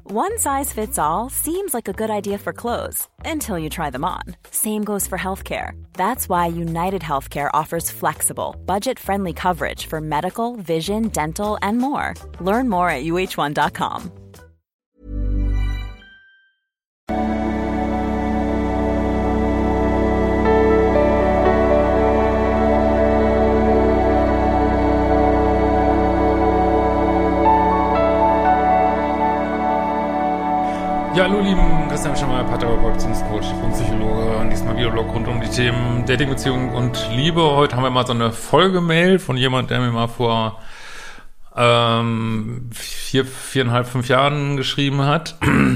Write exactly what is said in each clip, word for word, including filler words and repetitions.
One size fits all seems like a good idea for clothes until you try them on. Same goes for healthcare. That's why United Healthcare offers flexible, budget-friendly coverage for medical, vision, dental, and more. Learn more at U H one dot com. Ja, hallo lieben, Christian Schemmer, Paartherapeut, Beziehungscoach und Psychologe und diesmal Videoblog rund um die Themen Dating, Beziehung und Liebe. Heute haben wir mal so eine Folgemail von jemand, der mir mal vor ähm, vier, viereinhalb, fünf Jahren geschrieben hat.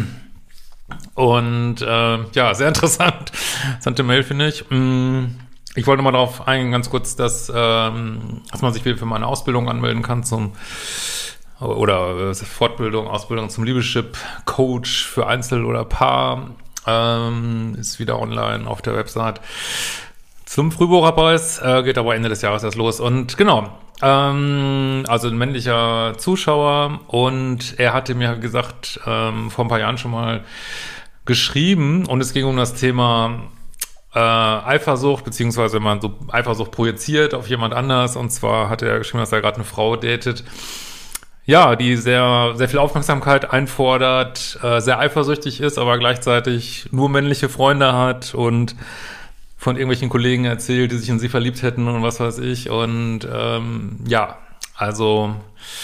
Und äh, ja, sehr interessant. Interessante Mail, finde ich. Ich wollte mal darauf eingehen, ganz kurz, dass, ähm, dass man sich wieder für meine Ausbildung anmelden kann zum oder äh, Fortbildung, Ausbildung zum Liebeschip-Coach für Einzel- oder Paar, ähm, ist wieder online auf der Website zum Frühbucherpreis, äh, geht aber Ende des Jahres erst los. Und genau, ähm, also ein männlicher Zuschauer, und er hatte mir gesagt, ähm, vor ein paar Jahren schon mal geschrieben, und es ging um das Thema äh, Eifersucht, beziehungsweise wenn man so Eifersucht projiziert auf jemand anders, und zwar hatte er geschrieben, dass er gerade eine Frau datet, ja, die sehr, sehr viel Aufmerksamkeit einfordert, äh, sehr eifersüchtig ist, aber gleichzeitig nur männliche Freunde hat und von irgendwelchen Kollegen erzählt, die sich in sie verliebt hätten und was weiß ich. Und ähm, ja, also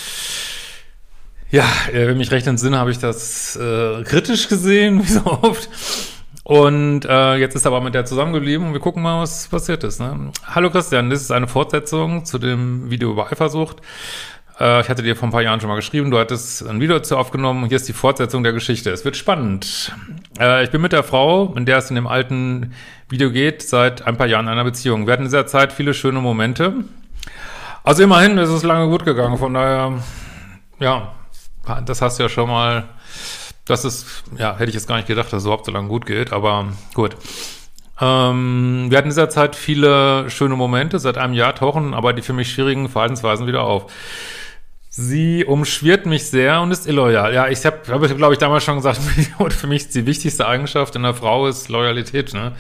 ja, wenn mich recht entsinne, habe ich das äh, kritisch gesehen, wie so oft. Und äh, jetzt ist er aber mit der zusammengeblieben und wir gucken mal, was passiert ist. Ne? Hallo Christian, das ist eine Fortsetzung zu dem Video über Eifersucht. Ich hatte dir vor ein paar Jahren schon mal geschrieben, du hattest ein Video dazu aufgenommen, und hier ist die Fortsetzung der Geschichte. Es wird spannend. Ich bin mit der Frau, in der es in dem alten Video geht, seit ein paar Jahren in einer Beziehung. Wir hatten in dieser Zeit viele schöne Momente. Also immerhin ist es lange gut gegangen, von daher, ja, das hast du ja schon mal, das ist, ja, hätte ich jetzt gar nicht gedacht, dass es überhaupt so lange gut geht, aber gut. Ähm, wir hatten in dieser Zeit viele schöne Momente, seit einem Jahr tauchen aber die für mich schwierigen Verhaltensweisen wieder auf. Sie umschwirrt mich sehr und ist illoyal. Ja, ich habe, hab, glaube ich, damals schon gesagt, für mich ist die wichtigste Eigenschaft in einer Frau ist Loyalität, ne?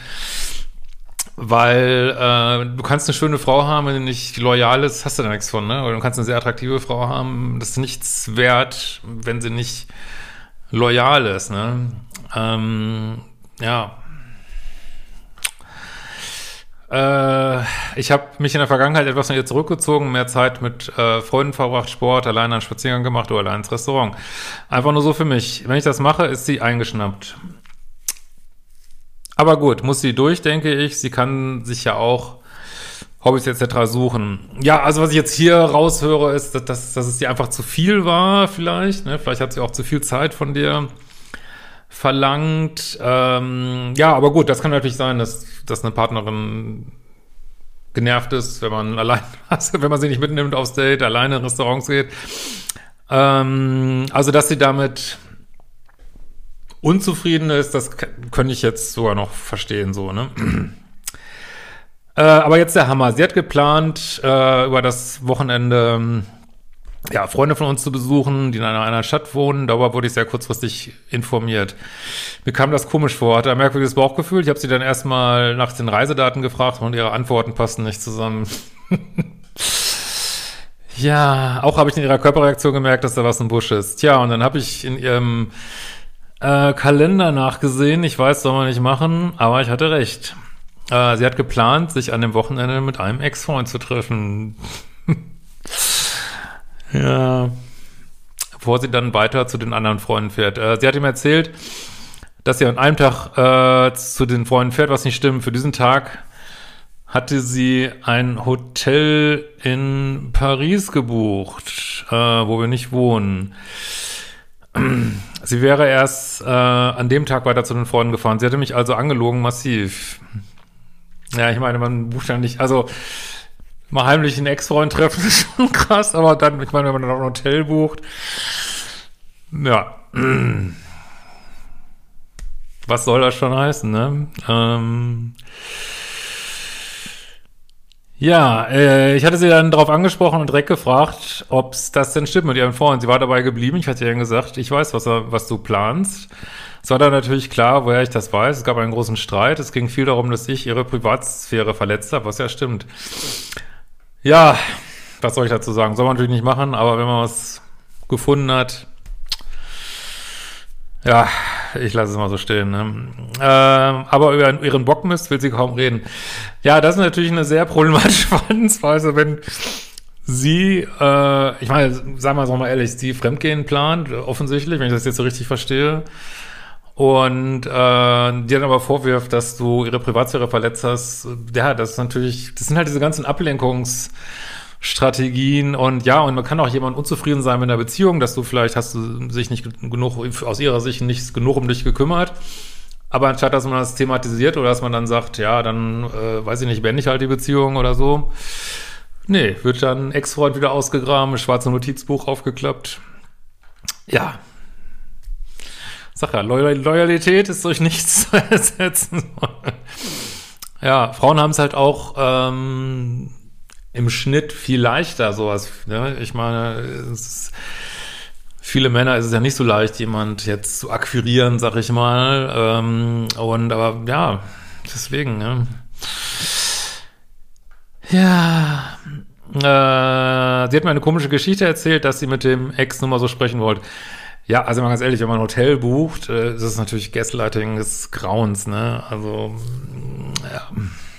Weil äh, du kannst eine schöne Frau haben, wenn du nicht loyal ist, hast du da nichts von, ne? Oder du kannst eine sehr attraktive Frau haben, das ist nichts wert, wenn sie nicht loyal ist, ne? Ähm, ja. Äh, ich habe mich in der Vergangenheit etwas von ihr zurückgezogen, mehr Zeit mit äh, Freunden verbracht, Sport, alleine einen Spaziergang gemacht oder allein ins Restaurant. Einfach nur so für mich. Wenn ich das mache, ist sie eingeschnappt. Aber gut, muss sie durch, denke ich. Sie kann sich ja auch Hobbys et cetera suchen. Ja, also was ich jetzt hier raushöre, ist, dass, dass, dass es dir einfach zu viel war vielleicht. Ne? Vielleicht hat sie auch zu viel Zeit von dir verlangt. Ähm, ja, aber gut, das kann natürlich sein, dass, dass eine Partnerin genervt ist, wenn man allein, also wenn man sie nicht mitnimmt aufs Date, alleine in Restaurants geht. Ähm, also, dass sie damit unzufrieden ist, das k- könnte ich jetzt sogar noch verstehen, so, ne? äh, aber jetzt der Hammer. Sie hat geplant, äh, über das Wochenende ja, Freunde von uns zu besuchen, die in einer, einer Stadt wohnen. Darüber wurde ich sehr kurzfristig informiert. Mir kam das komisch vor, hatte ein merkwürdiges Bauchgefühl. Ich habe sie dann erstmal nach den Reisedaten gefragt und ihre Antworten passten nicht zusammen. Ja, auch habe ich in ihrer Körperreaktion gemerkt, dass da was im Busch ist. Tja, und dann habe ich in ihrem äh, Kalender nachgesehen. Ich weiß, soll man nicht machen, aber ich hatte recht. Äh, sie hat geplant, sich an dem Wochenende mit einem Ex-Freund zu treffen. Ja, bevor sie dann weiter zu den anderen Freunden fährt. Äh, sie hat ihm erzählt, dass sie an einem Tag äh, zu den Freunden fährt, was nicht stimmt. Für diesen Tag hatte sie ein Hotel in Paris gebucht, äh, wo wir nicht wohnen. Sie wäre erst äh, an dem Tag weiter zu den Freunden gefahren. Sie hatte mich also angelogen, massiv. Ja, ich meine, man bucht ja nicht, also mal heimlich einen Ex-Freund treffen, ist schon krass, aber dann, ich meine, wenn man dann auch ein Hotel bucht, ja, was soll das schon heißen, ne? Ähm, Ja, äh, ich hatte sie dann darauf angesprochen und direkt gefragt, ob das denn stimmt mit ihrem Freund. Sie war dabei geblieben. Ich hatte ihr dann gesagt, ich weiß, was, er, was du planst. Es war dann natürlich klar, woher ich das weiß. Es gab einen großen Streit. Es ging viel darum, dass ich ihre Privatsphäre verletzt habe, was ja stimmt. Ja, was soll ich dazu sagen? Soll man natürlich nicht machen, aber wenn man was gefunden hat, ja, ich lasse es mal so stehen. Ne? Ähm, aber über ihren Bockmist will sie kaum reden. Ja, das ist natürlich eine sehr problematische Verhaltensweise, wenn sie, äh, ich meine, sagen wir es mal ehrlich, sie Fremdgehen plant, offensichtlich, wenn ich das jetzt so richtig verstehe. Und äh, dir dann aber vorwirft, dass du ihre Privatsphäre verletzt hast. Ja, das ist natürlich, das sind halt diese ganzen Ablenkungs- Strategien und ja, und man kann auch jemand unzufrieden sein mit einer Beziehung, dass du vielleicht hast du sich nicht genug, aus ihrer Sicht nicht genug um dich gekümmert, aber anstatt, dass man das thematisiert oder dass man dann sagt, ja, dann, äh, weiß ich nicht, beende ich halt die Beziehung oder so, nee, wird dann Ex-Freund wieder ausgegraben, schwarze Notizbuch aufgeklappt, ja, sag ja, Loyal- Loyalität ist durch nichts zu ersetzen. Ja, Frauen haben es halt auch, ähm, im Schnitt viel leichter, sowas, ne? Ich meine, es ist, viele Männer ist es ja nicht so leicht, jemand jetzt zu akquirieren, sag ich mal, ähm, und, aber, ja, deswegen, ne? Ja, äh, sie hat mir eine komische Geschichte erzählt, dass sie mit dem Ex nur mal so sprechen wollte. Ja, also mal ganz ehrlich, wenn man ein Hotel bucht, äh, ist es natürlich Gaslighting des Grauens, ne? Also, ja.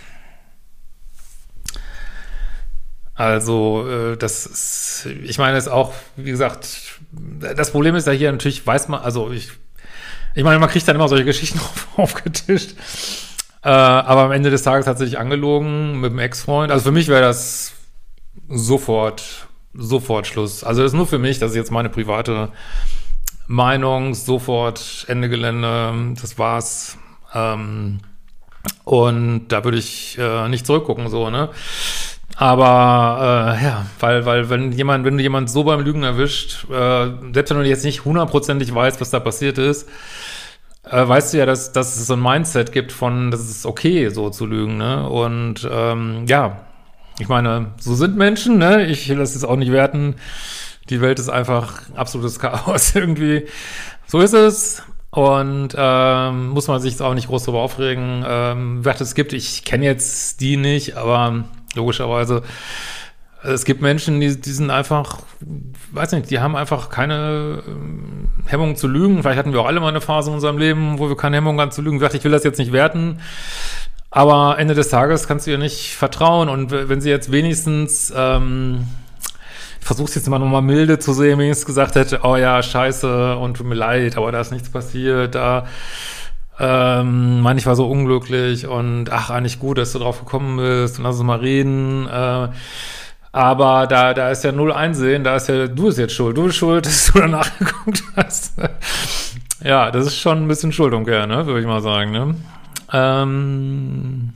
Also, äh, das ist, ich meine, es ist auch, wie gesagt, das Problem ist ja hier natürlich, weiß man, also ich, ich meine, man kriegt dann immer solche Geschichten auf, aufgetischt, äh, aber am Ende des Tages hat sie sich angelogen mit dem Ex-Freund. Also für mich wäre das sofort, sofort Schluss. Also das ist nur für mich, das ist jetzt meine private Meinung, sofort Ende Gelände, das war's. Ähm, und da würde ich äh, nicht zurückgucken, so, ne? Aber äh, ja, weil, weil wenn jemand, wenn du jemand so beim Lügen erwischt, äh, selbst wenn du jetzt nicht hundertprozentig weißt, was da passiert ist, äh, weißt du ja, dass, dass es so ein Mindset gibt von, das ist okay, so zu lügen, ne? Und ähm, ja, ich meine, so sind Menschen, ne? Ich will das jetzt auch nicht werten. Die Welt ist einfach absolutes Chaos irgendwie. So ist es. Und ähm, muss man sich jetzt auch nicht groß darüber aufregen, ähm, was es gibt. Ich kenne jetzt die nicht, aber logischerweise, es gibt Menschen, die, die sind einfach, weiß nicht, die haben einfach keine ähm, Hemmung zu lügen. Vielleicht hatten wir auch alle mal eine Phase in unserem Leben, wo wir keine Hemmung hatten zu lügen. Ich will das jetzt nicht werten, aber Ende des Tages kannst du ihr nicht vertrauen. Und wenn sie jetzt wenigstens, ähm, ich versuche es jetzt immer nochmal milde zu sehen, wenigstens gesagt hätte, oh ja, scheiße und tut mir leid, aber da ist nichts passiert, da Ähm, Mann, ich war so unglücklich und ach, eigentlich gut, dass du drauf gekommen bist und lass uns mal reden. Äh, aber da, da ist ja null Einsehen, da ist ja, du bist jetzt schuld, du bist schuld, dass du danach geguckt hast. Ja, das ist schon ein bisschen Schuldumkehr, ne, würde ich mal sagen, ne. Ähm,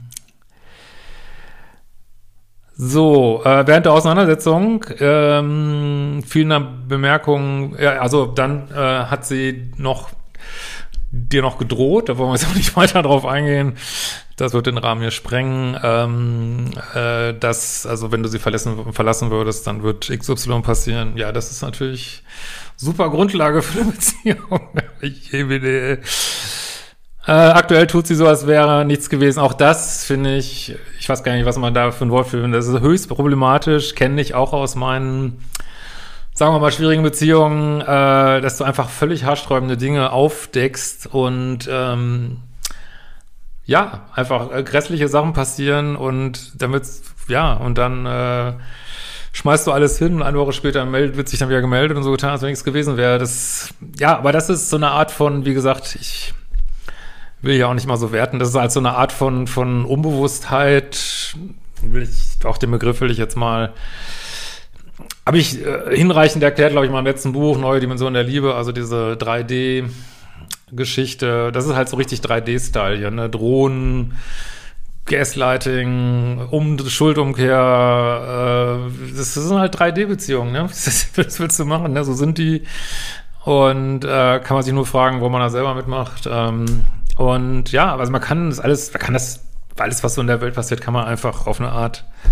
so, äh, während der Auseinandersetzung ähm, fielen dann Bemerkungen, ja, also dann äh, hat sie noch dir noch gedroht, da wollen wir jetzt auch nicht weiter drauf eingehen, das wird den Rahmen hier sprengen, ähm, äh, dass, also wenn du sie verlassen, verlassen würdest, dann wird X Y passieren. Ja, das ist natürlich super Grundlage für eine Beziehung. Ich äh, aktuell tut sie so, als wäre nichts gewesen. Auch das finde ich, ich weiß gar nicht, was man da für ein Wort für, das ist höchst problematisch, kenne ich auch aus meinen, sagen wir mal, schwierigen Beziehungen, äh, dass du einfach völlig haarsträubende Dinge aufdeckst und ähm, ja, einfach äh, grässliche Sachen passieren und damit, ja, und dann äh, schmeißt du alles hin und eine Woche später meldet, wird sich dann wieder gemeldet und so getan, als wenn nichts gewesen wäre. Das, ja, aber das ist so eine Art von, wie gesagt, ich will ja auch nicht mal so werten, das ist halt so eine Art von, von Unbewusstheit, will ich, auch den Begriff will ich jetzt mal, habe ich äh, hinreichend erklärt, glaube ich, mal im letzten Buch, Neue Dimension der Liebe, also diese drei D-Geschichte, das ist halt so richtig drei D-Style hier, ne, Drohnen, Gaslighting, um Schuldumkehr, äh, das sind halt drei D-Beziehungen, ne, was willst du machen, ne, so sind die und äh, kann man sich nur fragen, wo man da selber mitmacht, ähm, und ja, also man kann das alles, man kann das, alles, was so in der Welt passiert, kann man einfach auf eine Art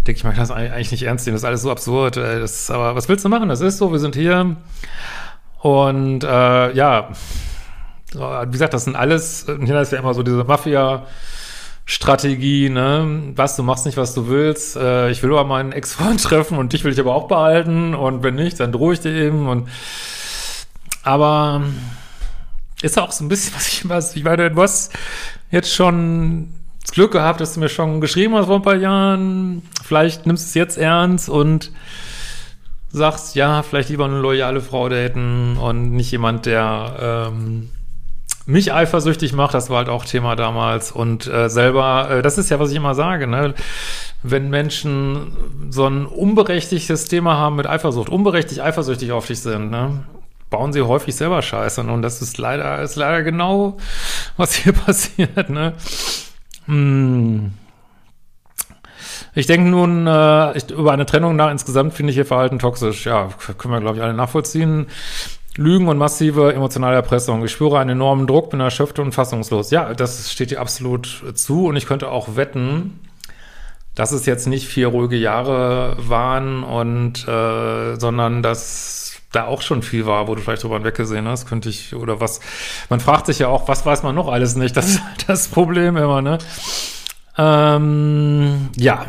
denke ich, man kann das eigentlich nicht ernst nehmen, das ist alles so absurd. Ey. Das, aber was willst du machen? Das ist so, wir sind hier. Und äh, ja, wie gesagt, das sind alles, hier ist ja immer so diese Mafia-Strategie, ne? Was, du machst nicht, was du willst. Äh, ich will aber meinen Ex-Freund treffen und dich will ich aber auch behalten. Und wenn nicht, dann drohe ich dir eben. Und aber ist auch so ein bisschen, was ich was, ich meine, du hast jetzt schon das Glück gehabt, dass du mir schon geschrieben hast vor ein paar Jahren. Vielleicht nimmst du es jetzt ernst und sagst, ja, vielleicht lieber eine loyale Frau daten und nicht jemand, der ähm, mich eifersüchtig macht. Das war halt auch Thema damals. Und äh, selber, äh, das ist ja, was ich immer sage, ne? Wenn Menschen so ein unberechtigtes Thema haben mit Eifersucht, unberechtigt eifersüchtig auf dich sind, ne? Bauen sie häufig selber Scheiße. Und das ist leider, ist leider genau, was hier passiert, ne? Hm. Ich denke nun, äh, ich, über eine Trennung nach insgesamt finde ich ihr Verhalten toxisch. Ja, können wir, glaube ich, alle nachvollziehen. Lügen und massive emotionale Erpressung. Ich spüre einen enormen Druck, bin erschöpft und fassungslos. Ja, das steht dir absolut zu. Und ich könnte auch wetten, dass es jetzt nicht vier ruhige Jahre waren, und äh, sondern dass da auch schon viel war, wo du vielleicht drüber weggesehen hast, könnte ich, oder was, man fragt sich ja auch, was weiß man noch alles nicht? Das ist halt das Problem immer, ne? Ähm, ja.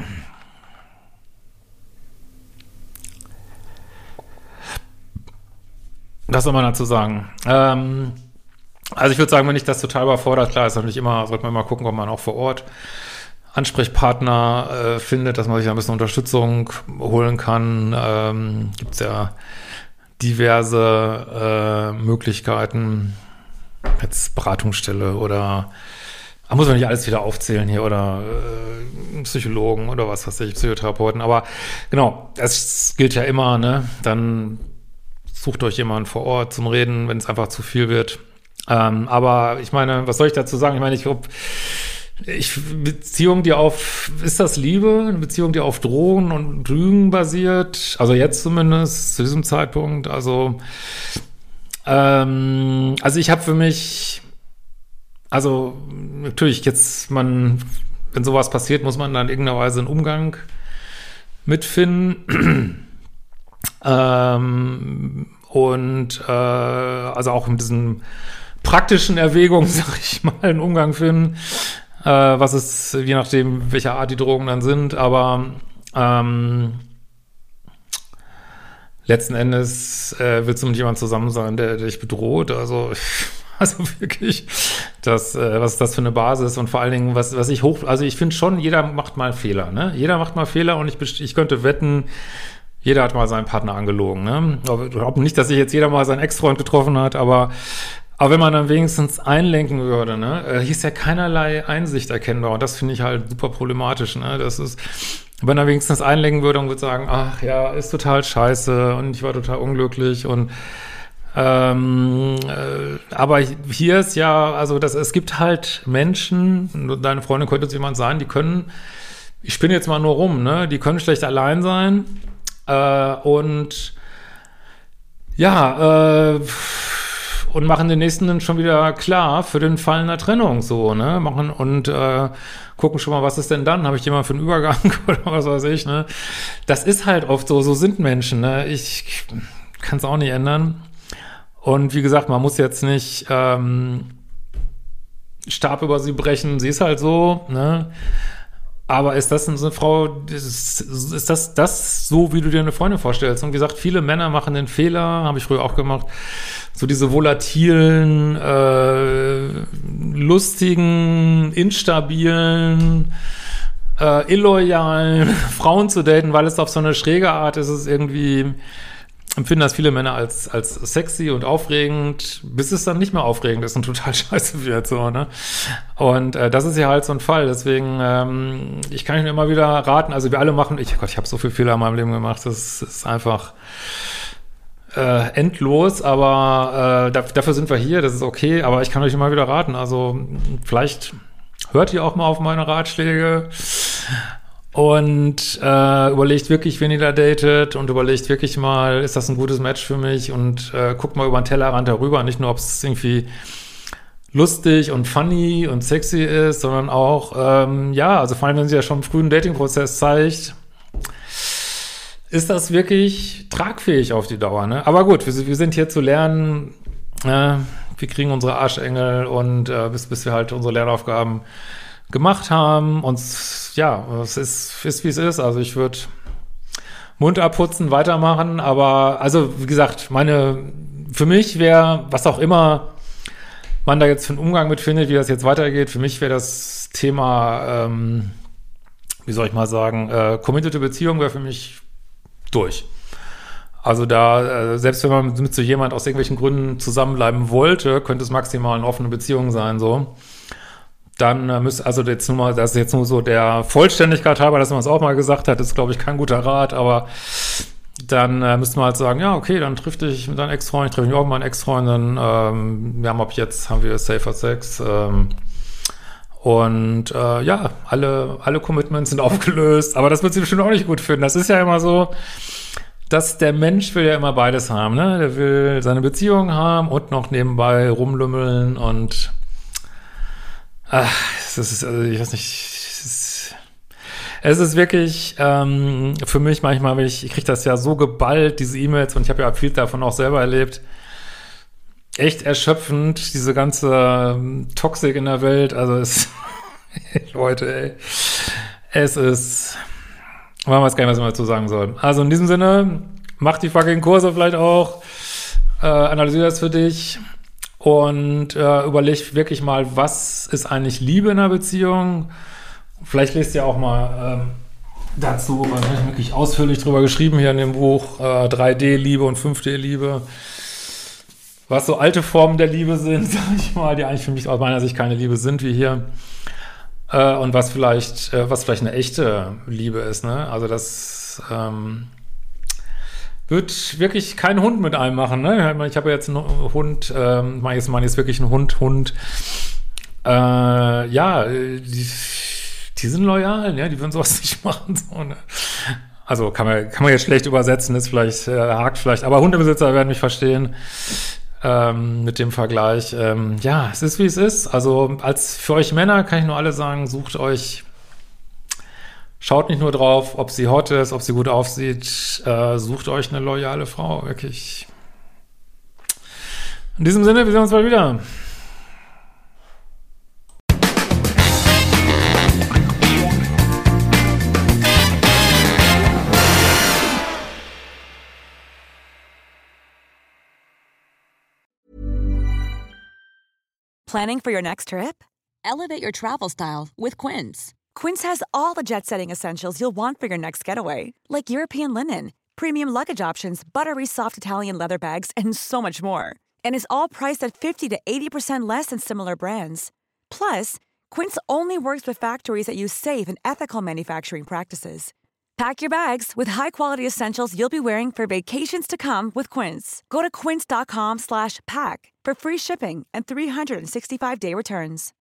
Was soll man dazu sagen? Ähm, also ich würde sagen, wenn ich das total überfordert, klar, ist natürlich immer, sollte man immer gucken, ob man auch vor Ort Ansprechpartner äh, findet, dass man sich ein bisschen Unterstützung holen kann. Ähm, gibt's ja diverse äh, Möglichkeiten, jetzt Beratungsstelle oder da muss man nicht alles wieder aufzählen hier, oder äh, Psychologen oder was weiß ich, Psychotherapeuten, aber genau, es gilt ja immer, ne, dann sucht euch jemanden vor Ort zum Reden, wenn es einfach zu viel wird. Ähm, aber ich meine, was soll ich dazu sagen? Ich meine, ich glaube, ich, Beziehung, die auf, ist das Liebe? Eine Beziehung, die auf Drohen und Lügen basiert? Also jetzt zumindest, zu diesem Zeitpunkt. Also, ähm, also ich habe für mich, also natürlich jetzt, man, wenn sowas passiert, muss man dann in irgendeiner Weise einen Umgang mitfinden. ähm, und äh, also auch mit diesen praktischen Erwägungen, sag ich mal, einen Umgang finden. Äh, was ist, je nachdem, welcher Art die Drogen dann sind, aber ähm, letzten Endes äh, willst du mit jemandem zusammen sein, der, der dich bedroht, also also wirklich, das, äh, was ist das für eine Basis, und vor allen Dingen, was, was ich hoch, also ich finde schon, jeder macht mal Fehler, ne, jeder macht mal Fehler, und ich, ich könnte wetten, jeder hat mal seinen Partner angelogen, ne, ich glaube nicht, dass sich jetzt jeder mal seinen Ex-Freund getroffen hat, aber Aber wenn man dann wenigstens einlenken würde, ne, hier ist ja keinerlei Einsicht erkennbar, und das finde ich halt super problematisch, ne, das ist, wenn er wenigstens einlenken würde und würde sagen, ach ja, ist total scheiße und ich war total unglücklich und ähm, äh, aber hier ist ja, also das, es gibt halt Menschen, deine Freundin könnte jetzt jemand sein, die können, ich spinne jetzt mal nur rum, ne, die können schlecht allein sein äh, und ja, äh, und machen den nächsten dann schon wieder klar für den Fall einer Trennung, so, ne, machen und äh, gucken schon mal, was ist denn dann? Habe ich jemanden für einen Übergang oder was weiß ich, ne? Das ist halt oft so, so sind Menschen, ne? Ich kann es auch nicht ändern. Und wie gesagt, man muss jetzt nicht ähm, Stab über sie brechen, sie ist halt so, ne? Aber ist das eine Frau, ist, ist das das so, wie du dir eine Freundin vorstellst? Und wie gesagt, viele Männer machen den Fehler, habe ich früher auch gemacht, so diese volatilen, äh, lustigen, instabilen, äh, illoyalen Frauen zu daten, weil es auf so eine schräge Art ist, es irgendwie, empfinden das viele Männer als als sexy und aufregend, bis es dann nicht mehr aufregend ist und total scheiße wird, so, ne? Und äh, das ist ja halt so ein Fall, deswegen ähm, ich kann Ihnen immer wieder raten, also wir alle machen, ich Gott, ich habe so viele Fehler in meinem Leben gemacht, das ist einfach äh, endlos, aber äh, da, dafür sind wir hier, das ist okay, aber ich kann euch immer wieder raten, also vielleicht hört ihr auch mal auf meine Ratschläge und äh, überlegt wirklich, wen ihr da datet, und überlegt wirklich mal, ist das ein gutes Match für mich, und äh, guckt mal über den Tellerrand darüber, nicht nur, ob es irgendwie lustig und funny und sexy ist, sondern auch, ähm, ja, also vor allem, wenn sie ja schon im frühen Dating-Prozess zeigt, ist das wirklich tragfähig auf die Dauer, ne? Aber gut, wir, wir sind hier zu lernen, äh, wir kriegen unsere Arschengel und äh, bis, bis wir halt unsere Lernaufgaben gemacht haben. Und ja, es ist, ist wie es ist. Also ich würde Mund abputzen, weitermachen, aber also wie gesagt, meine, für mich wäre, was auch immer man da jetzt für einen Umgang mit findet, wie das jetzt weitergeht, für mich wäre das Thema, ähm, wie soll ich mal sagen, äh, committed Beziehung wäre für mich durch. Also da, äh, selbst wenn man mit so jemand aus irgendwelchen Gründen zusammenbleiben wollte, könnte es maximal eine offene Beziehung sein, so. Dann äh, müsste, also jetzt nur mal, das ist jetzt nur so der Vollständigkeit halber, dass man es auch mal gesagt hat, ist, glaube ich, kein guter Rat, aber dann äh, müsste man halt sagen, ja, okay, dann triff dich mit deinem Ex-Freund, ich treffe mich auch mit meinen Ex-Freundin, ähm, wir haben ab jetzt, haben wir Safer Sex, ähm, und äh, ja, alle, alle Commitments sind aufgelöst, aber das wird sie bestimmt auch nicht gut finden. Das ist ja immer so, dass der Mensch will ja immer beides haben, ne? Der will seine Beziehung haben und noch nebenbei rumlümmeln und ach, das ist, also ich weiß nicht, es ist, es ist wirklich ähm, für mich manchmal, ich, ich kriege das ja so geballt, diese E-Mails, und ich habe ja viel davon auch selber erlebt, echt erschöpfend, diese ganze ähm, Toxik in der Welt, also es, Leute, ey, es ist, man weiß gar nicht, was man dazu sagen soll. Also in diesem Sinne, mach die fucking Kurse vielleicht auch, äh, analysiere das für dich und äh, überleg wirklich mal, was ist eigentlich Liebe in einer Beziehung? Vielleicht lest ihr auch mal ähm, dazu, weil ich wirklich ausführlich drüber geschrieben hier in dem Buch, äh, drei D Liebe und fünf D Liebe. Was so alte Formen der Liebe sind, sag ich mal, die eigentlich für mich aus meiner Sicht keine Liebe sind, wie hier. Äh, und was vielleicht, äh, was vielleicht eine echte Liebe ist, ne? Also das ähm, wird wirklich kein Hund mit einem machen, ne? Ich habe jetzt einen Hund, ähm, meine jetzt, meine jetzt wirklich einen Hund, Hund. Äh, ja, die, die sind loyal, ne? Die würden sowas nicht machen, so, ne? Also kann man, kann man jetzt schlecht übersetzen, ist vielleicht, äh, hakt vielleicht, aber Hundebesitzer werden mich verstehen. Ähm, mit dem Vergleich. Ähm, ja, es ist, wie es ist. Also als für euch Männer kann ich nur alle sagen, sucht euch, schaut nicht nur drauf, ob sie hot ist, ob sie gut aussieht, äh, sucht euch eine loyale Frau, wirklich. In diesem Sinne, wir sehen uns bald wieder. Planning for your next trip? Elevate your travel style with Quince. Quince has all the jet-setting essentials you'll want for your next getaway, like European linen, premium luggage options, buttery soft Italian leather bags, and so much more. And is all priced at fifty to eighty percent less than similar brands. Plus, Quince only works with factories that use safe and ethical manufacturing practices. Pack your bags with high-quality essentials you'll be wearing for vacations to come with Quince. Go to quince.com slash pack for free shipping and three sixty-five day returns.